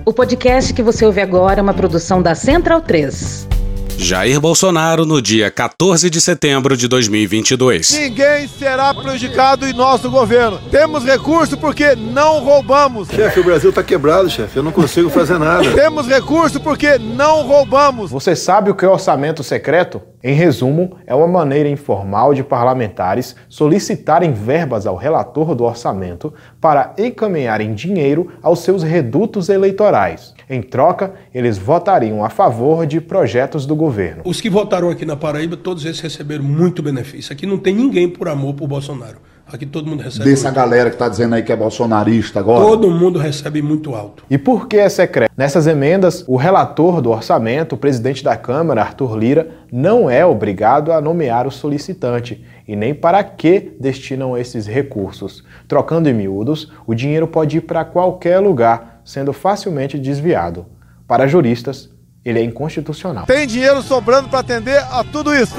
O podcast que você ouve agora é uma produção da Central 3. Jair Bolsonaro no dia 14 de setembro de 2022. Ninguém será prejudicado em nosso governo. Temos recurso porque não roubamos. Chefe, o Brasil tá quebrado, chefe. Eu não consigo fazer nada. Temos recurso porque não roubamos. Você sabe o que é orçamento secreto? Em resumo, é uma maneira informal de parlamentares solicitarem verbas ao relator do orçamento para encaminharem dinheiro aos seus redutos eleitorais. Em troca, eles votariam a favor de projetos do governo. Os que votaram aqui na Paraíba, todos eles receberam muito benefício. Aqui não tem ninguém por amor por Bolsonaro. Aqui todo mundo recebe. Dessa galera que está dizendo aí que é bolsonarista agora. Todo mundo recebe muito alto. E por que é secreto? Nessas emendas, o relator do orçamento, o presidente da Câmara, Arthur Lira, não é obrigado a nomear o solicitante e nem para que destinam esses recursos. Trocando em miúdos, o dinheiro pode ir para qualquer lugar, sendo facilmente desviado. Para juristas, ele é inconstitucional. Tem dinheiro sobrando para atender a tudo isso.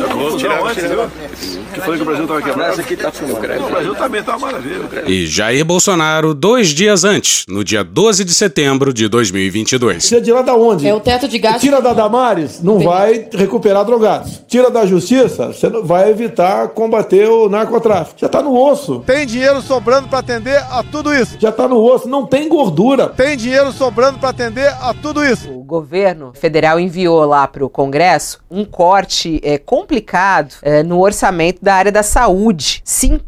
Que foi que o Brasil estava quebrado? Essa aqui tá com o Brasil também tá uma maravilha. E Jair Bolsonaro, 2 dias antes, no dia 12 de setembro de 2022. Você tira da onde? É o teto de gastos. Tira da Damares, não vai recuperar drogados. Tira da justiça, você não vai evitar combater o narcotráfico. Já tá no osso. Tem dinheiro sobrando para atender a tudo isso. Já tá no osso, não tem gordura. Tem dinheiro sobrando para atender a tudo isso. O governo federal enviou lá para o Congresso um corte complicado no orçamento da área da saúde.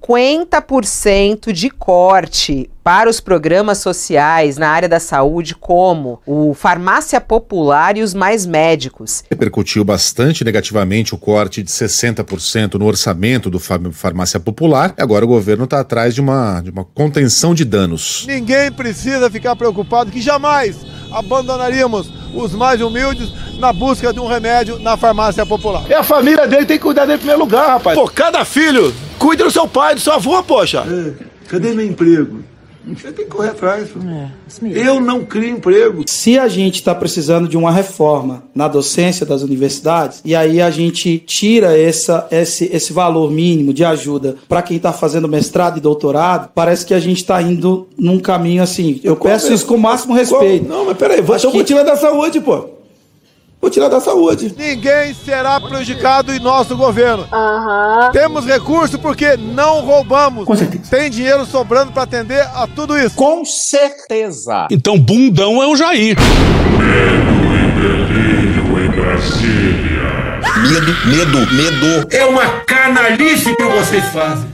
50% de corte para os programas sociais na área da saúde, como o Farmácia Popular e os Mais Médicos. Repercutiu bastante negativamente o corte de 60% no orçamento do Farmácia Popular. Agora o governo está atrás de uma contenção de danos. Ninguém precisa ficar preocupado que jamais abandonaríamos os mais humildes na busca de um remédio na farmácia popular. É a família dele, tem que cuidar dele em primeiro lugar, rapaz. Pô, cada filho cuida do seu pai, do seu avô, poxa. Cadê meu emprego? Você tem que correr atrás. Eu não crio emprego. Se a gente está precisando de uma reforma na docência das universidades, e aí a gente tira esse valor mínimo de ajuda para quem está fazendo mestrado e doutorado, parece que a gente está indo num caminho assim. Eu peço isso com o máximo respeito. Não, mas peraí, vou tirar da saúde, pô. Vou tirar da saúde. Ninguém será prejudicado em nosso governo. Temos recurso porque não roubamos. Com certeza. Tem dinheiro sobrando para atender a tudo isso. Com certeza. Então bundão é o Jair. Medo e delírio em Brasília. Medo. É uma canalice que vocês fazem.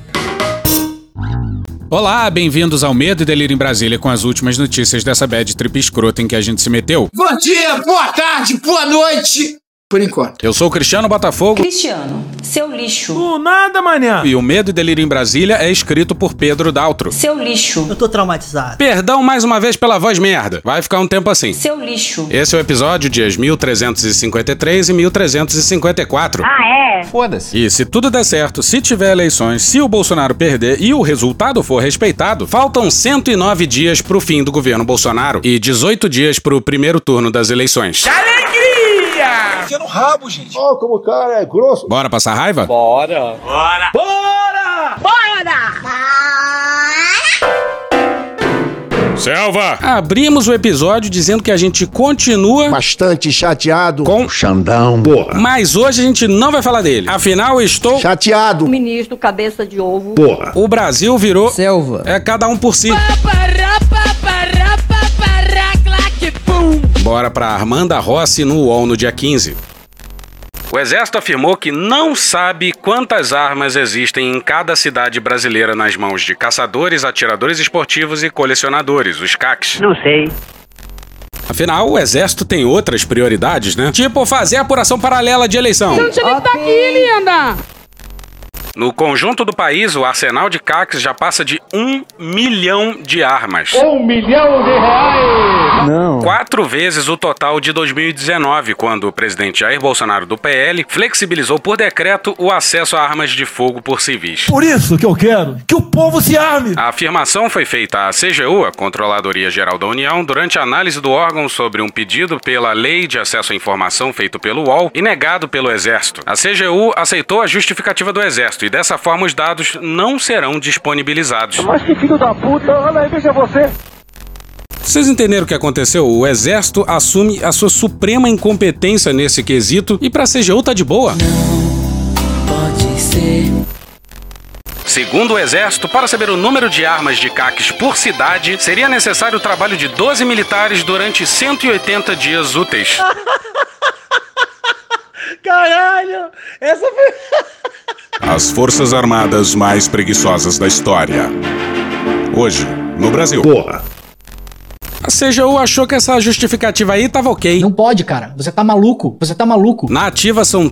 Olá, bem-vindos ao Medo e Delírio em Brasília com as últimas notícias dessa bad trip escrota em que a gente se meteu. Bom dia, boa tarde, boa noite. Por enquanto. Eu sou o Cristiano Botafogo. Cristiano, seu lixo. Nada, manhã. E o Medo e Delírio em Brasília é escrito por Pedro Daltro. Seu lixo. Eu tô traumatizado. Perdão mais uma vez pela voz merda. Vai ficar um tempo assim. Seu lixo. Esse é o episódio dias 1353 e 1354. Foda-se. E se tudo der certo, se tiver eleições, se o Bolsonaro perder e o resultado for respeitado, faltam 109 dias pro fim do governo Bolsonaro e 18 dias pro primeiro turno das eleições. Alegria! Enfia no rabo, gente. Ó, como o cara é grosso. Bora passar raiva? Bora. Selva! Abrimos o episódio dizendo que a gente continua Bastante chateado com Xandão. Porra. Mas hoje a gente não vai falar dele. Afinal, eu estou Chateado. Ministro, cabeça de ovo. Porra. O Brasil virou Selva. É cada um por si. Bora pra Armanda Rossi no UOL no dia 15. O Exército afirmou que não sabe quantas armas existem em cada cidade brasileira nas mãos de caçadores, atiradores esportivos e colecionadores, os CACs. Não sei. Afinal, o Exército tem outras prioridades, né? Tipo fazer apuração paralela de eleição. Não tinha que estar aqui, linda. No conjunto do país, o arsenal de CACs já passa de 1 milhão de armas. R$1 milhão. Não. 4 vezes o total de 2019, quando o presidente Jair Bolsonaro do PL flexibilizou por decreto o acesso a armas de fogo por civis. Por isso que eu quero que o povo se arme. A afirmação foi feita à CGU, a Controladoria Geral da União, durante a análise do órgão sobre um pedido pela Lei de Acesso à Informação feito pelo UOL e negado pelo Exército. A CGU aceitou a justificativa do Exército e dessa forma os dados não serão disponibilizados. Mas que filho da puta, olha aí, veja você. Vocês entenderam o que aconteceu? O Exército assume a sua suprema incompetência nesse quesito e pra CGU tá de boa. Pode ser. Segundo o Exército, para saber o número de armas de CACs por cidade, seria necessário o trabalho de 12 militares durante 180 dias úteis. Caralho! Essa foi... As Forças Armadas mais preguiçosas da história. Hoje, no Brasil. Porra! A CGU achou que essa justificativa aí tava ok. Não pode, cara. Você tá maluco. Você tá maluco. Na ativa são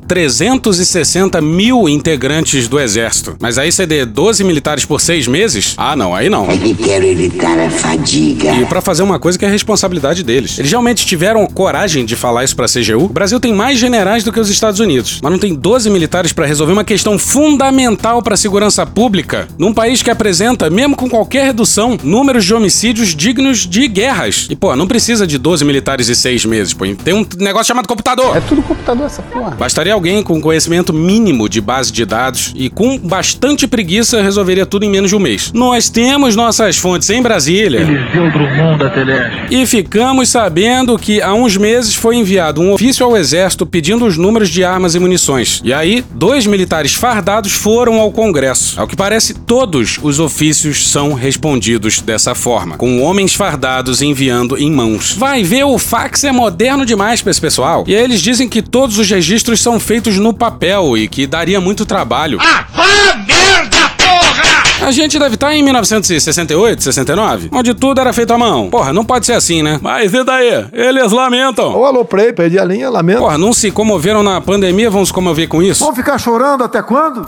360 mil integrantes do Exército. Mas aí ceder 12 militares por 6 meses? Ah, não. Aí não. É que quero evitar a fadiga. E pra fazer uma coisa que é responsabilidade deles. Eles realmente tiveram coragem de falar isso pra CGU? O Brasil tem mais generais do que os Estados Unidos. Mas não tem 12 militares pra resolver uma questão fundamental pra segurança pública num país que apresenta, mesmo com qualquer redução, números de homicídios dignos de guerra. E, pô, não precisa de 12 militares e 6 meses, pô. Tem um negócio chamado computador. É tudo computador essa porra. Bastaria alguém com conhecimento mínimo de base de dados e com bastante preguiça resolveria tudo em menos de um mês. Nós temos nossas fontes em Brasília. Eliseu Drummond da Teleste. E ficamos sabendo que há uns meses foi enviado um ofício ao Exército pedindo os números de armas e munições. E aí, 2 militares fardados foram ao Congresso. Ao que parece, todos os ofícios são respondidos dessa forma, com homens fardados enviando em mãos. Vai ver, o fax é moderno demais pra esse pessoal. E aí eles dizem que todos os registros são feitos no papel e que daria muito trabalho. Ah, vá merda, porra! A gente deve estar em 1968, 69, onde tudo era feito à mão. Porra, não pode ser assim, né? Mas e daí? Eles lamentam. Ô, alô, Prey, perdi a linha, lamento. Porra, não se comoveram na pandemia, vão se comover com isso? Vão ficar chorando até quando?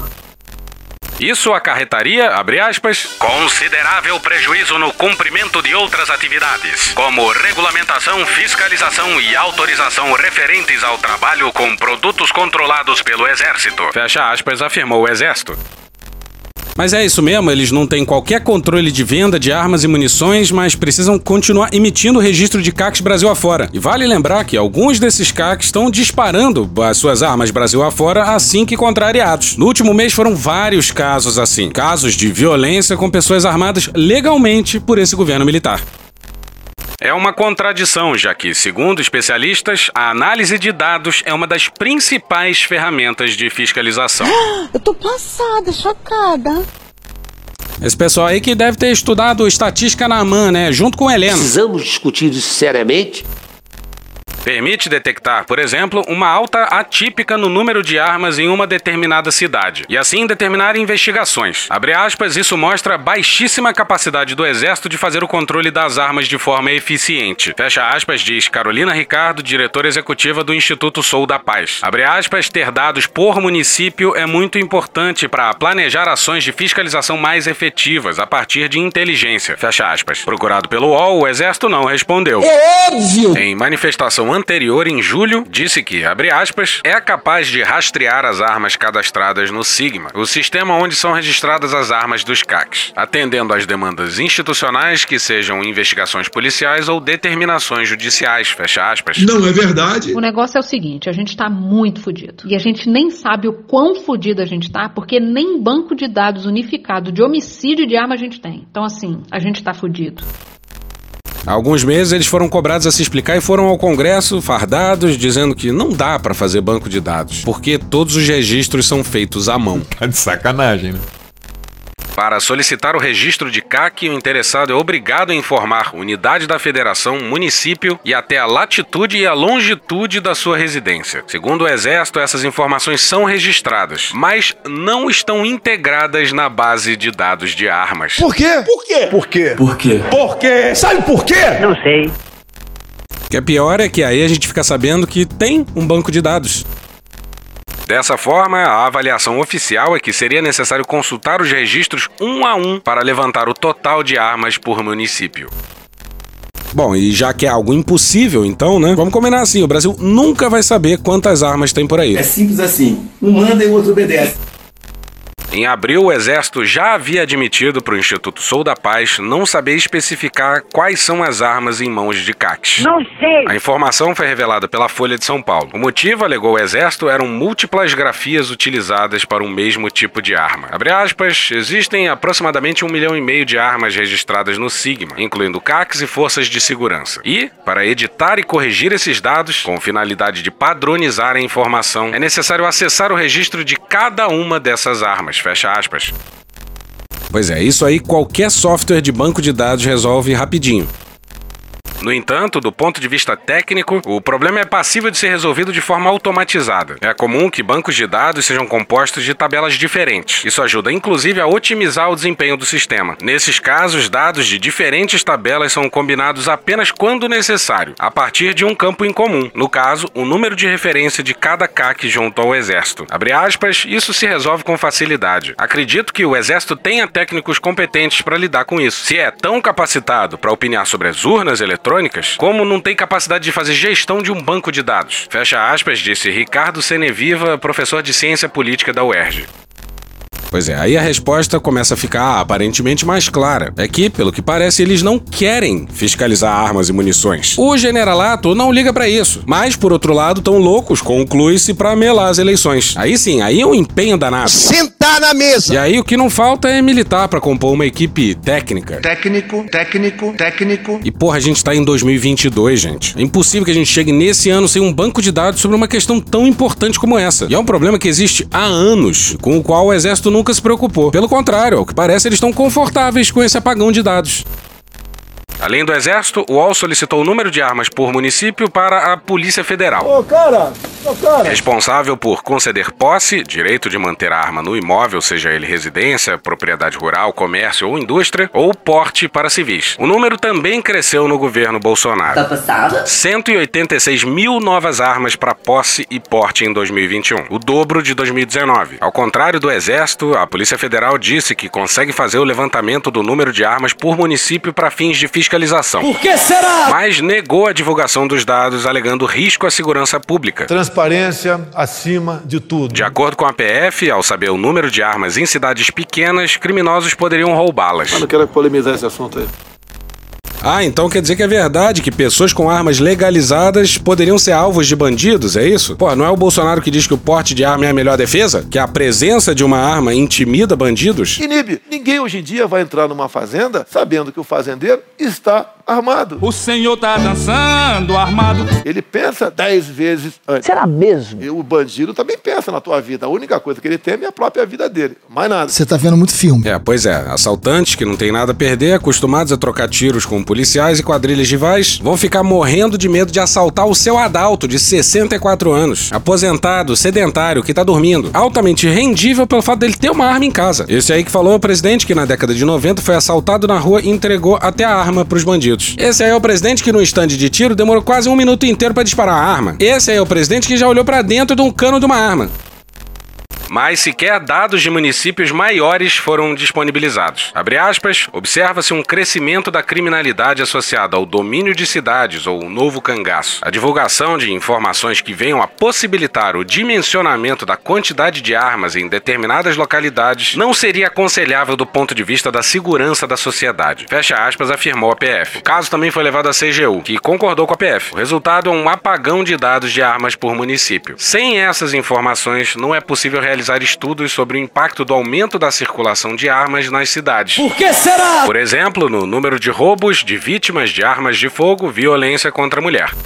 Isso acarretaria, abre aspas, considerável prejuízo no cumprimento de outras atividades, como regulamentação, fiscalização e autorização referentes ao trabalho com produtos controlados pelo Exército. Fecha aspas, afirmou o Exército. Mas é isso mesmo, eles não têm qualquer controle de venda de armas e munições, mas precisam continuar emitindo o registro de CACs Brasil afora. E vale lembrar que alguns desses CACs estão disparando as suas armas Brasil afora assim que contrariados. No último mês foram vários casos assim, casos de violência com pessoas armadas legalmente por esse governo militar. É uma contradição, já que, segundo especialistas, a análise de dados é uma das principais ferramentas de fiscalização. Eu tô passada, chocada. Esse pessoal aí que deve ter estudado estatística na AMAN, né? Junto com o Heleno. Precisamos discutir isso seriamente. Permite detectar, por exemplo, uma alta atípica no número de armas em uma determinada cidade, e assim determinar investigações. Abre aspas, isso mostra a baixíssima capacidade do Exército de fazer o controle das armas de forma eficiente. Fecha aspas, diz Carolina Ricardo, diretora executiva do Instituto Sou da Paz. Abre aspas, ter dados por município é muito importante para planejar ações de fiscalização mais efetivas a partir de inteligência. Fecha aspas. Procurado pelo UOL, o Exército não respondeu. É óbvio! Em manifestação anterior, em julho, disse que, abre aspas, é capaz de rastrear as armas cadastradas no Sigma, o sistema onde são registradas as armas dos CACs, atendendo às demandas institucionais que sejam investigações policiais ou determinações judiciais, fecha aspas. Não é verdade. O negócio é o seguinte, a gente tá muito fudido. E a gente nem sabe o quão fudido a gente tá, porque nem banco de dados unificado de homicídio de arma a gente tem. Então, assim, a gente tá fudido. Há alguns meses eles foram cobrados a se explicar e foram ao Congresso fardados, dizendo que não dá pra fazer banco de dados, porque todos os registros são feitos à mão. Tá de sacanagem, né? Para solicitar o registro de CAC, o interessado é obrigado a informar unidade da federação, município e até a latitude e a longitude da sua residência. Segundo o Exército, essas informações são registradas, mas não estão integradas na base de dados de armas. Por quê? Por quê? Por quê? Por quê? Por quê? Sabe por quê? Não sei. O que é pior é que aí a gente fica sabendo que tem um banco de dados. Dessa forma, a avaliação oficial é que seria necessário consultar os registros um a um para levantar o total de armas por município. Bom, e já que é algo impossível, então, né? Vamos combinar assim, o Brasil nunca vai saber quantas armas tem por aí. É simples assim. Um manda e o outro obedece. Em abril, o Exército já havia admitido para o Instituto Sou da Paz não saber especificar quais são as armas em mãos de CACs. Não sei! A informação foi revelada pela Folha de São Paulo. O motivo, alegou o Exército, eram múltiplas grafias utilizadas para o mesmo tipo de arma. Abre aspas, existem aproximadamente 1,5 milhão de armas registradas no Sigma, incluindo CACs e forças de segurança. E, para editar e corrigir esses dados, com finalidade de padronizar a informação, é necessário acessar o registro de cada uma dessas armas. Fecha aspas. Pois é, isso aí qualquer software de banco de dados resolve rapidinho. No entanto, do ponto de vista técnico, o problema é passível de ser resolvido de forma automatizada. É comum que bancos de dados sejam compostos de tabelas diferentes. Isso ajuda, inclusive, a otimizar o desempenho do sistema. Nesses casos, dados de diferentes tabelas são combinados apenas quando necessário, a partir de um campo em comum. No caso, o número de referência de cada CAC junto ao Exército. Abre aspas, isso se resolve com facilidade. Acredito que o Exército tenha técnicos competentes para lidar com isso. Se é tão capacitado para opinar sobre as urnas eletrônicas, como não tem capacidade de fazer gestão de um banco de dados? Fecha aspas, disse Ricardo Seneviva, professor de Ciência Política da UERJ. Pois é, aí a resposta começa a ficar aparentemente mais clara. É que, pelo que parece, eles não querem fiscalizar armas e munições. O generalato não liga pra isso. Mas, por outro lado, tão loucos, conclui-se pra melar as eleições. Aí sim, aí é um empenho danado. Sentar na mesa! E aí o que não falta é militar pra compor uma equipe técnica. Técnico. E porra, a gente tá em 2022, gente. É impossível que a gente chegue nesse ano sem um banco de dados sobre uma questão tão importante como essa. E é um problema que existe há anos, com o qual o Exército nunca se preocupou. Pelo contrário, ao que parece, eles estão confortáveis com esse apagão de dados. Além do Exército, o UOL solicitou o número de armas por município para a Polícia Federal. Ô, cara! Responsável por conceder posse, direito de manter a arma no imóvel, seja ele residência, propriedade rural, comércio ou indústria, ou porte para civis. O número também cresceu no governo Bolsonaro. Tá passada? 186 mil novas armas para posse e porte em 2021, o dobro de 2019. Ao contrário do Exército, a Polícia Federal disse que consegue fazer o levantamento do número de armas por município para fins de fiscalização. Por que será? Mas negou a divulgação dos dados, alegando risco à segurança pública. Transparência acima de tudo. De acordo com a PF, ao saber o número de armas em cidades pequenas, criminosos poderiam roubá-las. Eu não quero polemizar esse assunto aí. Ah, então quer dizer que é verdade que pessoas com armas legalizadas poderiam ser alvos de bandidos, é isso? Pô, não é o Bolsonaro que diz que o porte de arma é a melhor defesa? Que a presença de uma arma intimida bandidos? Inibe, ninguém hoje em dia vai entrar numa fazenda sabendo que o fazendeiro está armado. O senhor tá dançando armado. Ele pensa 10 vezes antes. Será mesmo? E o bandido também pensa na tua vida. A única coisa que ele teme é a própria vida dele. Mais nada. Você tá vendo muito filme. Pois é. Assaltantes que não tem nada a perder, acostumados a trocar tiros com policiais e quadrilhas rivais, vão ficar morrendo de medo de assaltar o seu adalto de 64 anos. Aposentado, sedentário, que tá dormindo. Altamente rendível pelo fato dele ter uma arma em casa. Esse aí que falou é o presidente que na década de 90 foi assaltado na rua e entregou até a arma pros bandidos. Esse aí é o presidente que no estande de tiro demorou quase 1 minuto inteiro pra disparar a arma. Esse aí é o presidente que já olhou pra dentro de um cano de uma arma. Mas sequer dados de municípios maiores foram disponibilizados. Abre aspas, observa-se um crescimento da criminalidade associada ao domínio de cidades ou o novo cangaço. A divulgação de informações que venham a possibilitar o dimensionamento da quantidade de armas em determinadas localidades não seria aconselhável do ponto de vista da segurança da sociedade. Fecha aspas, afirmou a PF. O caso também foi levado à CGU, que concordou com a PF. O resultado é um apagão de dados de armas por município. Sem essas informações, não é possível realizar estudos sobre o impacto do aumento da circulação de armas nas cidades. Por que será? Por exemplo, no número de roubos de vítimas de armas de fogo, violência contra a mulher.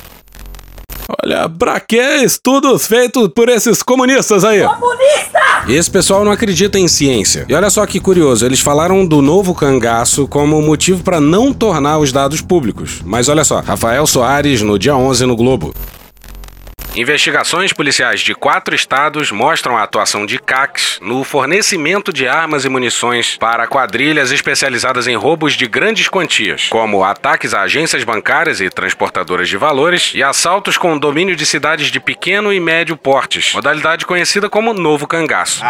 Olha, pra que estudos feitos por esses comunistas aí? Comunista! Esse pessoal não acredita em ciência. E olha só que curioso, eles falaram do novo cangaço como motivo para não tornar os dados públicos. Mas olha só, Rafael Soares no dia 11 no Globo. Investigações policiais de 4 estados mostram a atuação de CACs no fornecimento de armas e munições para quadrilhas especializadas em roubos de grandes quantias, como ataques a agências bancárias e transportadoras de valores e assaltos com domínio de cidades de pequeno e médio portes, modalidade conhecida como novo cangaço.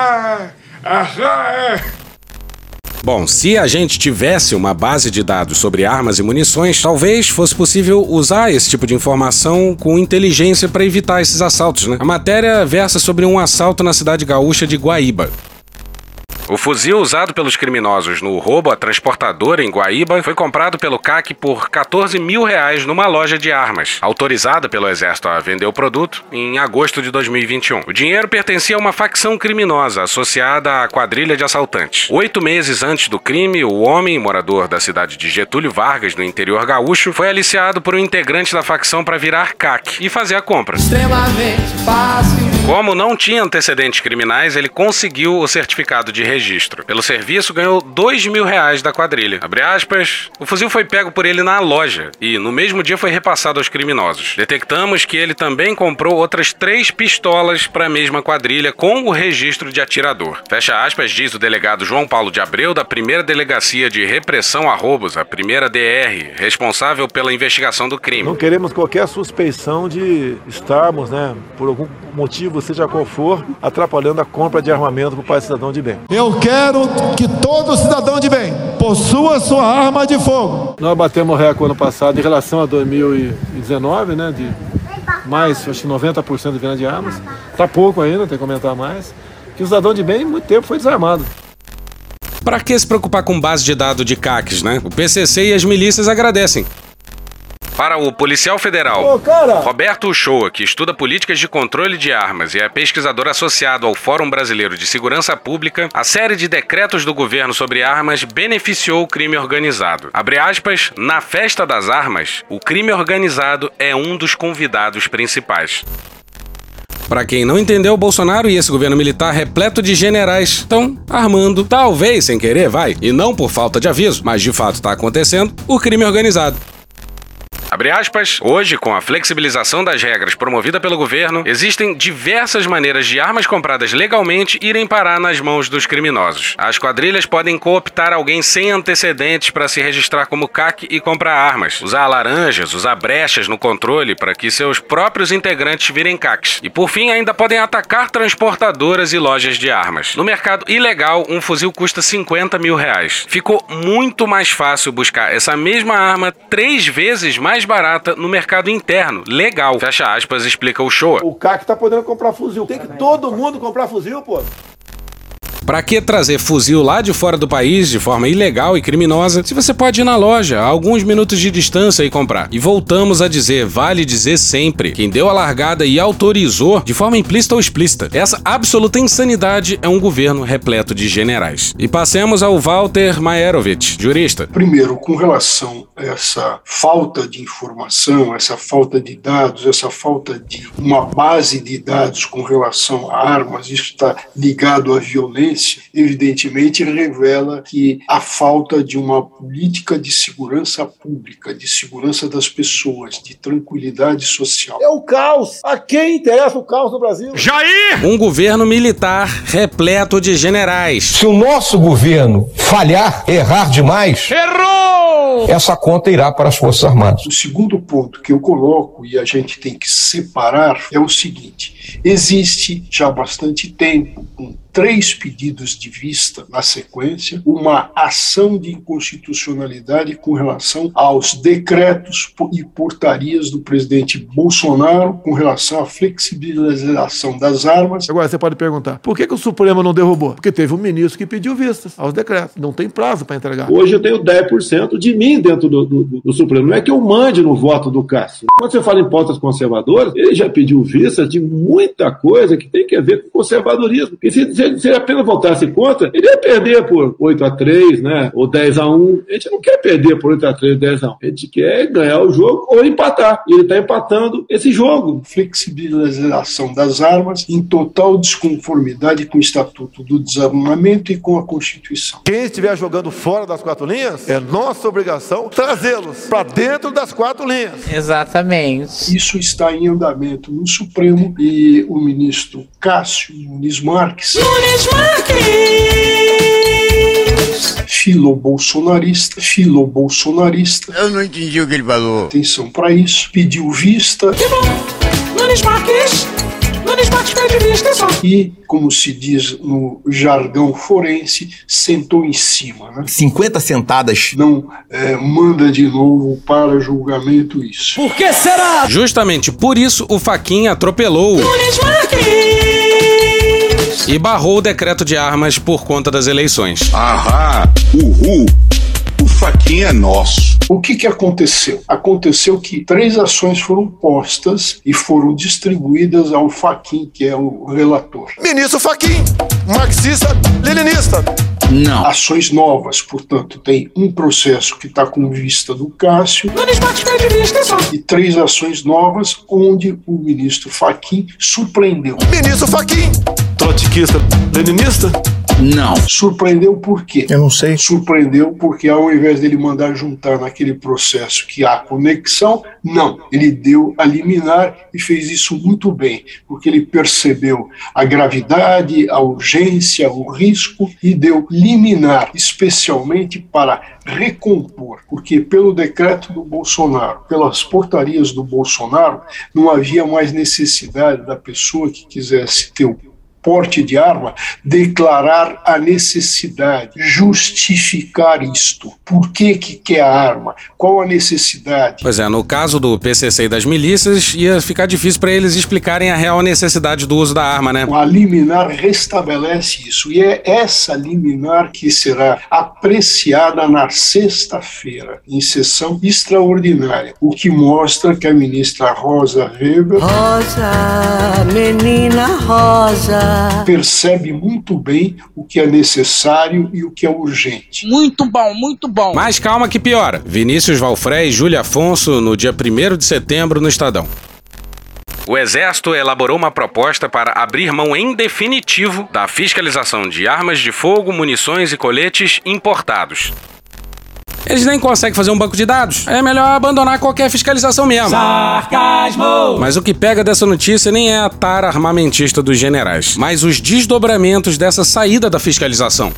Bom, se a gente tivesse uma base de dados sobre armas e munições, talvez fosse possível usar esse tipo de informação com inteligência para evitar esses assaltos, né? A matéria versa sobre um assalto na cidade gaúcha de Guaíba. O fuzil usado pelos criminosos no roubo à transportadora em Guaíba foi comprado pelo CAC por R$14 mil numa loja de armas, autorizada pelo Exército a vender o produto em agosto de 2021. O dinheiro pertencia a uma facção criminosa associada à quadrilha de assaltantes. 8 meses antes do crime, o homem, morador da cidade de Getúlio Vargas, no interior gaúcho, foi aliciado por um integrante da facção para virar CAC e fazer a compra. Extremamente fácil. Como não tinha antecedentes criminais, ele conseguiu o certificado de registro. Pelo serviço, ganhou R$2 mil da quadrilha. Abre aspas, o fuzil foi pego por ele na loja e, no mesmo dia, foi repassado aos criminosos. Detectamos que ele também comprou outras 3 pistolas para a mesma quadrilha com o registro de atirador. Fecha aspas, diz o delegado João Paulo de Abreu, da primeira Delegacia de Repressão a Roubos, a primeira DR, responsável pela investigação do crime. Não queremos qualquer suspeição de estarmos, por algum motivo, seja qual for, atrapalhando a compra de armamento por parte do cidadão de bem. Eu quero que todo cidadão de bem possua sua arma de fogo. Nós batemos recorde ano passado em relação a 2019, de mais, acho que 90% de venda de armas. Está pouco ainda, tem que aumentar mais. Que o cidadão de bem, muito tempo, foi desarmado. Para que se preocupar com base de dados de CACs, O PCC e as milícias agradecem. Para o policial federal Roberto Uchoa, que estuda políticas de controle de armas e é pesquisador associado ao Fórum Brasileiro de Segurança Pública, a série de decretos do governo sobre armas beneficiou o crime organizado. Abre aspas, na festa das armas, o crime organizado é um dos convidados principais. Para quem não entendeu, Bolsonaro e esse governo militar repleto de generais estão armando, talvez sem querer, e não por falta de aviso, mas de fato está acontecendo, o crime organizado. Abre aspas, hoje, com a flexibilização das regras promovida pelo governo, existem diversas maneiras de armas compradas legalmente irem parar nas mãos dos criminosos. As quadrilhas podem cooptar alguém sem antecedentes para se registrar como CAC e comprar armas, usar laranjas, usar brechas no controle para que seus próprios integrantes virem CACs. E por fim, ainda podem atacar transportadoras e lojas de armas. No mercado ilegal, um fuzil custa R$50 mil. Ficou muito mais fácil buscar essa mesma arma 3 vezes mais barata no mercado interno, legal. Fecha aspas, explica o Uchoa. O CAC tá podendo comprar fuzil. Tem que todo mundo comprar fuzil, pô. Pra que trazer fuzil lá de fora do país de forma ilegal e criminosa, se você pode ir na loja a alguns minutos de distância e comprar? E voltamos a dizer, vale dizer sempre, quem deu a largada e autorizou, de forma implícita ou explícita, essa absoluta insanidade é um governo repleto de generais. E passemos ao Walter Maierovitch, jurista. Primeiro, com relação a essa falta de informação, essa falta de dados, essa falta de uma base de dados com relação a armas, isso está ligado à violência, evidentemente revela que a falta de uma política de segurança pública, de segurança das pessoas, de tranquilidade social. É o caos. A quem interessa o caos no Brasil? Jair! Um governo militar repleto de generais. Se o nosso governo falhar, errar demais, errou! Essa conta irá para as Forças Armadas. O segundo ponto que eu coloco, e a gente tem que separar, é o seguinte: existe já há bastante tempo, com 3 pedidos de vista na sequência, uma ação de inconstitucionalidade com relação aos decretos e portarias do presidente Bolsonaro com relação à flexibilização das armas. Agora você pode perguntar, por que o Supremo não derrubou? Porque teve um ministro que pediu vistas aos decretos, não tem prazo para entregar. Hoje eu tenho 10% de mim dentro do Supremo, não é que eu mande no voto do Cássio. Quando você fala em pautas conservadoras, ele já pediu vistas de muita coisa que tem a ver com conservadorismo. E se ele apenas votasse contra, ele ia perder por 8-3, ou 10-1. A gente não quer perder por 8-3, 10-1. A gente quer ganhar o jogo ou empatar. E ele está empatando esse jogo. Flexibilização das armas em total desconformidade com o Estatuto do Desarmamento e com a Constituição. Quem estiver jogando fora das 4 linhas, é nossa obrigação trazê-los para dentro das 4 linhas. Exatamente. Isso está em andamento no Supremo e o ministro Cássio Nunes Marques, filobolsonarista. Eu não entendi o que ele falou. Atenção para isso. Pediu vista. Que bom. Nunes Marques pede vista só. E, como se diz no jargão forense, sentou em cima. 50 sentadas. Não manda de novo para julgamento isso. Por que será? Justamente por isso o Fachin atropelou. Nunes Marques. e barrou o decreto de armas por conta das eleições. Ahá, uhul, o Fachin é nosso. O que aconteceu? Aconteceu que 3 ações foram postas e foram distribuídas ao Fachin, que é o relator. Ministro Fachin, marxista-leninista. Não. Ações novas, portanto, tem um processo que está com vista do Cássio e 3 ações novas onde o ministro Fachin surpreendeu. Ministro Fachin, trotskista-leninista? Não. Surpreendeu por quê? Eu não sei. Surpreendeu porque ao invés dele mandar juntar naquele processo que há conexão, não. Ele deu a liminar e fez isso muito bem, porque ele percebeu a gravidade, a urgência, o risco e deu liminar, especialmente para recompor, porque pelo decreto do Bolsonaro, pelas portarias do Bolsonaro, não havia mais necessidade da pessoa que quisesse ter o porte de arma, declarar a necessidade, justificar isto. Por que quer a arma? Qual a necessidade? Pois é, no caso do PCC e das milícias, ia ficar difícil para eles explicarem a real necessidade do uso da arma, né? A liminar restabelece isso, e é essa liminar que será apreciada na sexta-feira, em sessão extraordinária, o que mostra que a ministra Rosa Weber... Rosa, menina Rosa... percebe muito bem o que é necessário e o que é urgente. Muito bom, muito bom. Mas calma que piora. Vinícius Valfré e Júlia Afonso no dia 1º de setembro no Estadão. O Exército elaborou uma proposta para abrir mão em definitivo da fiscalização de armas de fogo, munições e coletes importados. Eles nem conseguem fazer um banco de dados. É melhor abandonar qualquer fiscalização mesmo. Sarcasmo! Mas o que pega dessa notícia nem é a tara armamentista dos generais, mas os desdobramentos dessa saída da fiscalização.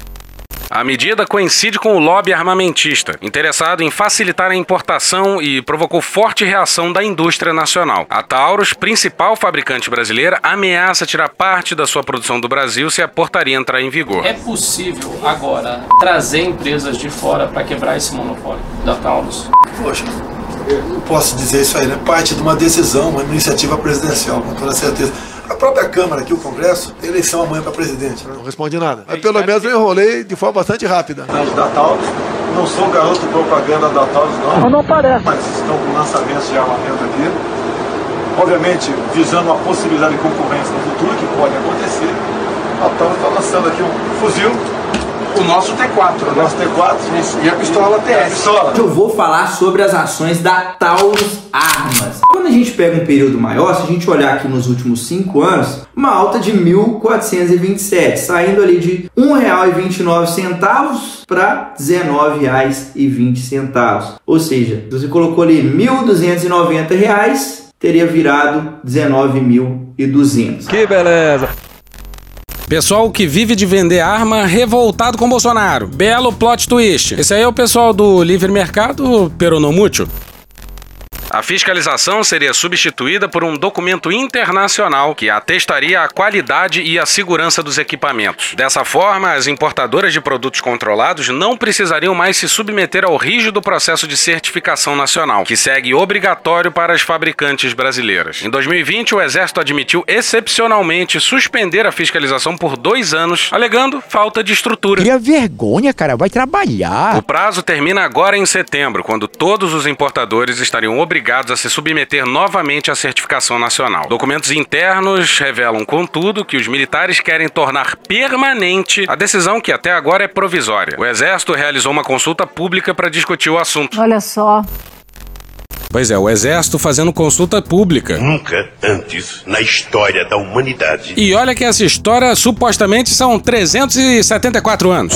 A medida coincide com o lobby armamentista, interessado em facilitar a importação e provocou forte reação da indústria nacional. A Taurus, principal fabricante brasileira, ameaça tirar parte da sua produção do Brasil se a portaria entrar em vigor. É possível agora trazer empresas de fora para quebrar esse monopólio da Taurus? Poxa, eu não posso dizer isso aí, né? Parte de uma decisão, uma iniciativa presidencial, com toda certeza. A própria Câmara aqui, o Congresso, tem eleição amanhã para presidente. Né? Não respondi nada. Mas pelo menos eu enrolei de forma bastante rápida. Da Taurus, não sou garoto propaganda da Taurus, não. Não parece. Mas estão com lançamentos de armamento aqui. Obviamente, visando a possibilidade de concorrência no futuro, que pode acontecer. A Taurus está lançando aqui um fuzil. O nosso T4. O nosso T4. Isso. E a pistola TS. Eu vou falar sobre as ações da Taurus Armas. Quando a gente pega um período maior, se a gente olhar aqui nos últimos 5 anos, uma alta de 1.427, saindo ali de R$ 1,29 para R$ 19,20. Ou seja, se você colocou ali R$ 1.290, teria virado R$ 19.200. Que beleza! Pessoal que vive de vender arma revoltado com Bolsonaro. Belo plot twist. Esse aí é o pessoal do livre mercado peronomútil. A fiscalização seria substituída por um documento internacional que atestaria a qualidade e a segurança dos equipamentos. Dessa forma, as importadoras de produtos controlados não precisariam mais se submeter ao rígido processo de certificação nacional, que segue obrigatório para as fabricantes brasileiras. Em 2020, o Exército admitiu excepcionalmente suspender a fiscalização por 2 anos, alegando falta de estrutura. Cria vergonha, cara, vai trabalhar. O prazo termina agora em setembro, quando todos os importadores estariam obrigados a se submeter novamente à certificação nacional. Documentos internos revelam, contudo, que os militares querem tornar permanente a decisão que até agora é provisória. O Exército realizou uma consulta pública para discutir o assunto. Olha só. Pois é, o Exército fazendo consulta pública. Nunca antes na história da humanidade. E olha que essa história supostamente são 374 anos.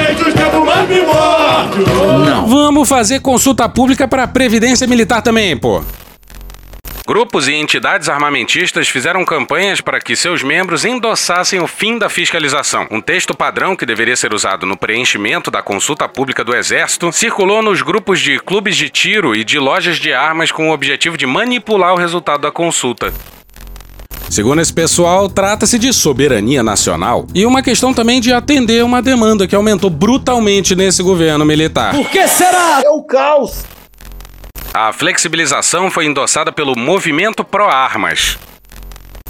Não. Vamos fazer consulta pública para a Previdência Militar também, pô. Grupos e entidades armamentistas fizeram campanhas para que seus membros endossassem o fim da fiscalização. Um texto padrão que deveria ser usado no preenchimento da consulta pública do Exército circulou nos grupos de clubes de tiro e de lojas de armas com o objetivo de manipular o resultado da consulta. Segundo esse pessoal, trata-se de soberania nacional e uma questão também de atender uma demanda que aumentou brutalmente nesse governo militar. Por que será? É o caos. A flexibilização foi endossada pelo Movimento Pró-Armas.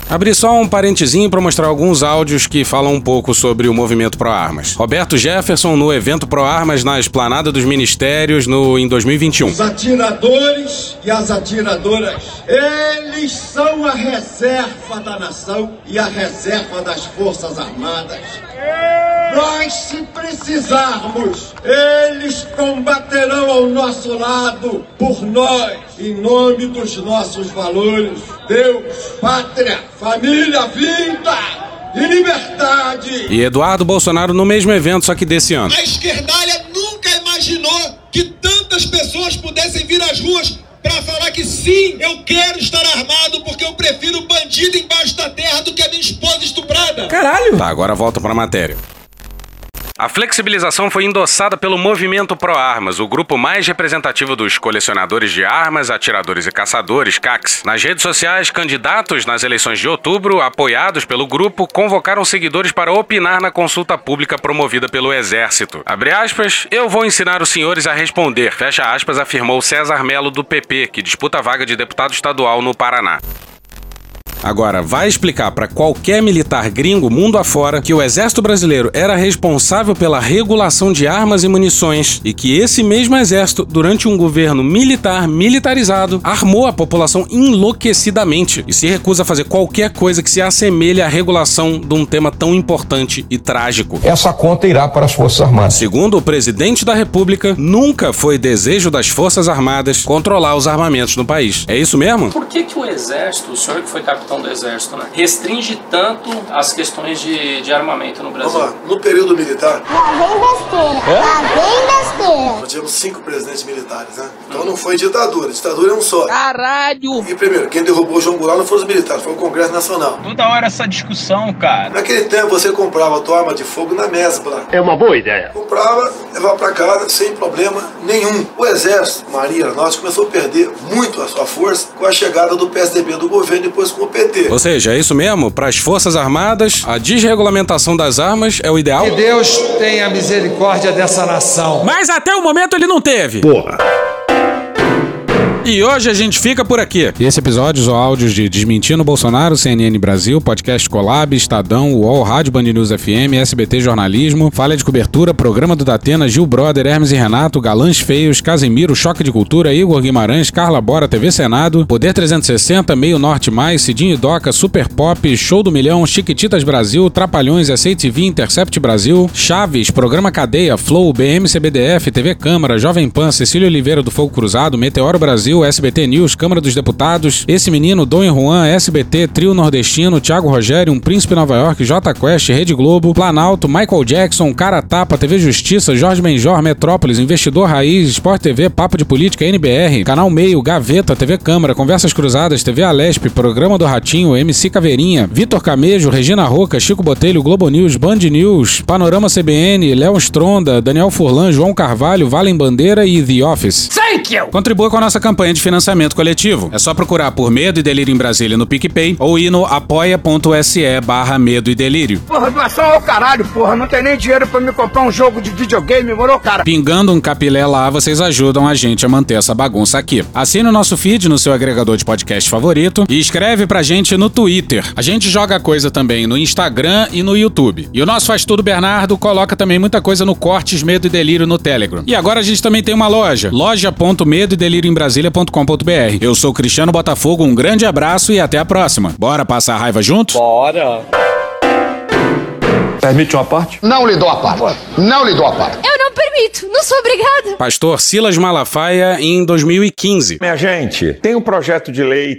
Abri só um parentezinho para mostrar alguns áudios que falam um pouco sobre o movimento pró-armas. Roberto Jefferson no evento pró-armas na Esplanada dos Ministérios em 2021. Os atiradores e as atiradoras, eles são a reserva da nação e a reserva das Forças Armadas. Nós, se precisarmos, eles combaterão ao nosso lado, por nós, em nome dos nossos valores. Deus, pátria, família, vida e liberdade. E Eduardo Bolsonaro no mesmo evento, só que desse ano. A esquerdalha nunca imaginou que tantas pessoas pudessem vir às ruas para falar que sim, eu quero estar armado porque eu prefiro bandido embaixo da terra do que a minha esposa estuprada. Caralho! Tá, agora volta pra matéria. A flexibilização foi endossada pelo Movimento Pró-Armas, o grupo mais representativo dos colecionadores de armas, atiradores e caçadores, CACs. Nas redes sociais, candidatos nas eleições de outubro, apoiados pelo grupo, convocaram seguidores para opinar na consulta pública promovida pelo Exército. Abre aspas, eu vou ensinar os senhores a responder, fecha aspas, afirmou César Melo do PP, que disputa a vaga de deputado estadual no Paraná. Agora, vai explicar para qualquer militar gringo mundo afora que o Exército Brasileiro era responsável pela regulação de armas e munições e que esse mesmo Exército, durante um governo militar militarizado, armou a população enlouquecidamente e se recusa a fazer qualquer coisa que se assemelhe à regulação de um tema tão importante e trágico. Essa conta irá para as Forças Armadas. Segundo o presidente da República, nunca foi desejo das Forças Armadas controlar os armamentos no país. É isso mesmo? Por que o Exército, o senhor que foi capitão do Exército, né, restringe tanto as questões de armamento no Brasil? Vamos lá, no período militar... Vem besteira. Nós tivemos 5 presidentes militares, né? Então não foi ditadura, ditadura é um só. Caralho! E primeiro, quem derrubou o João Goulart não foram os militares, foi o Congresso Nacional. Toda hora essa discussão, cara. Naquele tempo você comprava a tua arma de fogo na Mesbla. É uma boa ideia. Comprava, levava pra casa sem problema nenhum. O Exército, Maria Nossa, começou a perder muito a sua força com a chegada do PSDB do governo e depois com o PT. Ou seja, é isso mesmo? Para as Forças Armadas, a desregulamentação das armas é o ideal? Que Deus tenha misericórdia dessa nação. Mas até o momento ele não teve. Porra. E hoje a gente fica por aqui. E esse episódio usou áudios de Desmentindo Bolsonaro, CNN Brasil, Podcast Colab, Estadão, UOL, Rádio Band News FM, SBT Jornalismo, Falha de Cobertura, Programa do Datena, Gil Brother, Hermes e Renato, Galãs Feios, Casimiro, Choque de Cultura, Igor Guimarães, Carla Bora, TV Senado, Poder 360, Meio Norte Mais, Cidinho e Doca, Super Pop, Show do Milhão, Chiquititas Brasil, Trapalhões, SATV, Intercept Brasil, Chaves, Programa Cadeia, Flow, BM CBDF, TV Câmara, Jovem Pan, Cecília Oliveira do Fogo Cruzado, Meteoro Brasil, SBT News, Câmara dos Deputados, Esse Menino, Dom e Juan, SBT, Trio Nordestino, Thiago Rogério, Um Príncipe Nova York, J Quest, Rede Globo, Planalto, Michael Jackson, Cara Tapa, TV Justiça, Jorge Benjor, Metrópolis, Investidor Raiz, Sport TV, Papo de Política, NBR, Canal Meio, Gaveta, TV Câmara, Conversas Cruzadas, TV Alesp, Programa do Ratinho, MC Caveirinha, Vitor Camejo, Regina Roca, Chico Botelho, Globo News, Band News, Panorama CBN, Léo Stronda, Daniel Furlan, João Carvalho, Valem Bandeira e The Office. Thank you! Contribua com a nossa campanha de financiamento coletivo. É só procurar por Medo e Delírio em Brasília no PicPay ou ir no apoia.se/Medo e Delírio. Porra, doação ao caralho, porra. Não tem nem dinheiro pra me comprar um jogo de videogame, moro, cara? Pingando um capilé lá, vocês ajudam a gente a manter essa bagunça aqui. Assine o nosso feed no seu agregador de podcast favorito e escreve pra gente no Twitter. A gente joga coisa também no Instagram e no YouTube. E o nosso Faz Tudo Bernardo coloca também muita coisa no Cortes Medo e Delírio no Telegram. E agora a gente também tem uma loja, loja.medoedelirioembrasilha.com.br. Eu sou Cristiano Botafogo, um grande abraço e até a próxima. Bora passar a raiva junto? Bora! Permite uma parte? Não lhe dou a parte. Não lhe dou a parte. Eu não permito, não sou obrigada. Pastor Silas Malafaia, em 2015. Minha gente, tem um projeto de lei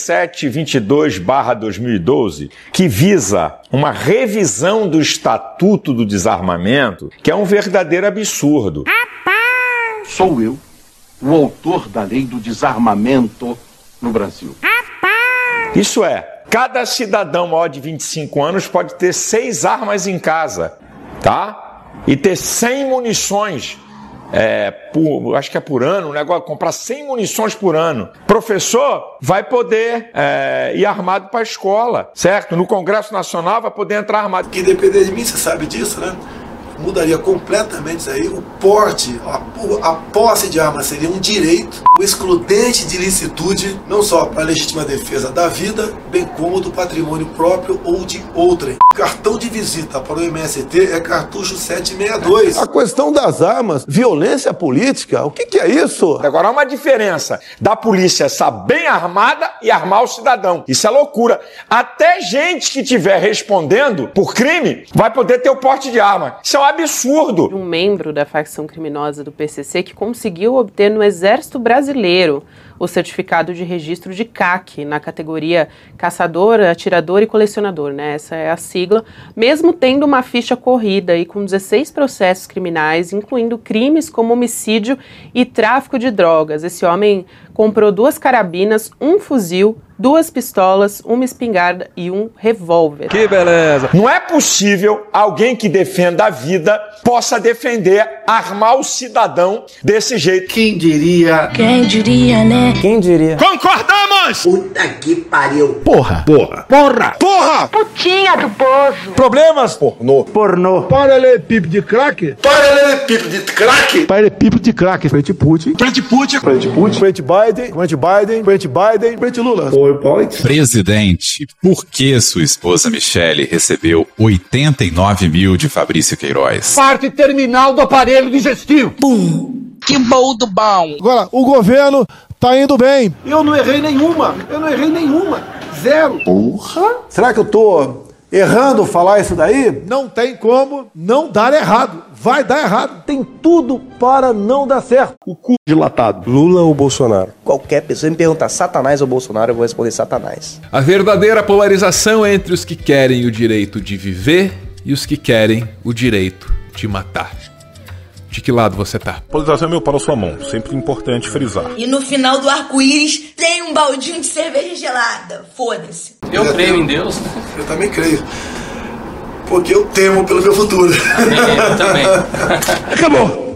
3722/2012 que visa uma revisão do Estatuto do Desarmamento, que é um verdadeiro absurdo. Sou eu, o autor da lei do desarmamento no Brasil. Isso é, cada cidadão maior de 25 anos pode ter 6 armas em casa, tá? E ter 100 munições, acho que é por ano, o negócio, comprar 100 munições por ano. Professor vai poder ir armado para a escola, certo? No Congresso Nacional vai poder entrar armado. Que depender de mim, você sabe disso, né? mudaria completamente isso aí. O porte, a posse de armas seria um direito, o excludente de ilicitude, não só para a legítima defesa da vida, bem como do patrimônio próprio ou de outrem. Cartão de visita para o MST é cartucho 762. A questão das armas, violência política, o que é isso? Agora há uma diferença da polícia estar bem armada e armar o cidadão. Isso é loucura. Até gente que estiver respondendo por crime vai poder ter o porte de arma. Isso é um absurdo. Um membro da facção criminosa do PCC que conseguiu obter no Exército Brasileiro o certificado de registro de CAC, na categoria caçador, atirador e colecionador, né? Essa é a sigla, mesmo tendo uma ficha corrida e com 16 processos criminais, incluindo crimes como homicídio e tráfico de drogas. Esse homem comprou 2 carabinas, um fuzil, 2 pistolas, uma espingarda e um revólver. Que beleza! Não é possível alguém que defenda a vida possa defender armar o cidadão desse jeito. Quem diria? Quem diria, né? Quem diria? Concordamos! Puta que pariu. Porra! Putinha do poço. Problemas? Pornô. Paralelepípedo de crack? Paralelepípedo de crack? Paralelepípedo de crack. Frente Putin. Frente Biden. Frente Lula. Presidente, por que sua esposa Michele recebeu 89 mil de Fabrício Queiroz? Parte terminal do aparelho digestivo. Pum. Que bom do bom. Agora, o governo tá indo bem. Eu não errei nenhuma. Zero. Porra. Será que eu tô errando falar isso daí? Não tem como não dar errado. Vai dar errado. Tem tudo para não dar certo. O cu dilatado. Lula ou Bolsonaro? Qualquer pessoa me perguntar Satanás ou Bolsonaro, eu vou responder Satanás. A verdadeira polarização é entre os que querem o direito de viver e os que querem o direito de matar. De que lado você tá? Polarização é meu para a sua mão. Sempre importante frisar. E no final do arco-íris tem um baldinho de cerveja gelada. Foda-se. Eu creio em Deus. Eu também creio. Porque eu temo pelo meu futuro. Eu também. Acabou.